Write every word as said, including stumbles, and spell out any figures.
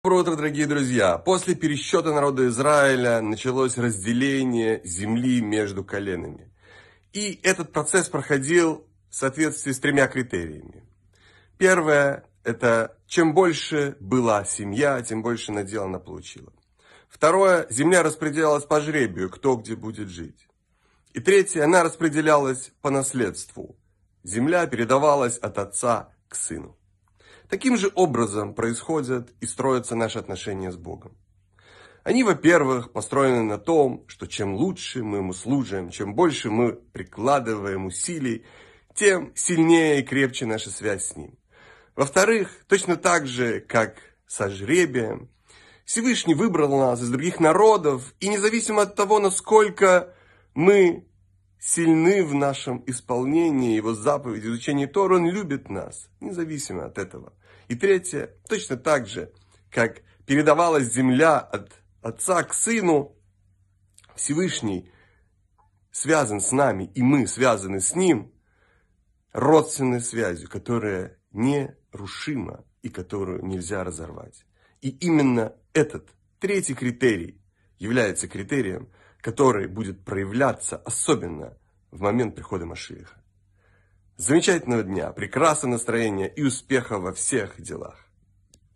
Доброе утро, дорогие друзья! После пересчета народа Израиля началось разделение земли между коленами. И этот процесс проходил в соответствии с тремя критериями. Первое – это чем больше была семья, тем больше надела она получила. Второе – земля распределялась по жребию, кто где будет жить. И третье – она распределялась по наследству. Земля передавалась от отца к сыну. Таким же образом происходят и строятся наши отношения с Богом. Они, во-первых, построены на том, что чем лучше мы ему служим, чем больше мы прикладываем усилий, тем сильнее и крепче наша связь с ним. Во-вторых, точно так же, как со жребием, Всевышний выбрал нас из других народов, и независимо от того, насколько мы сильны в нашем исполнении его заповедей, изучении Торы, он любит нас, независимо от этого. И третье, точно так же, как передавалась земля от отца к сыну, Всевышний связан с нами, и мы связаны с ним родственной связью, которая нерушима и которую нельзя разорвать. И именно этот третий критерий является критерием, который будет проявляться особенно в момент прихода Машиаха. Замечательного дня, прекрасного настроения и успеха во всех делах.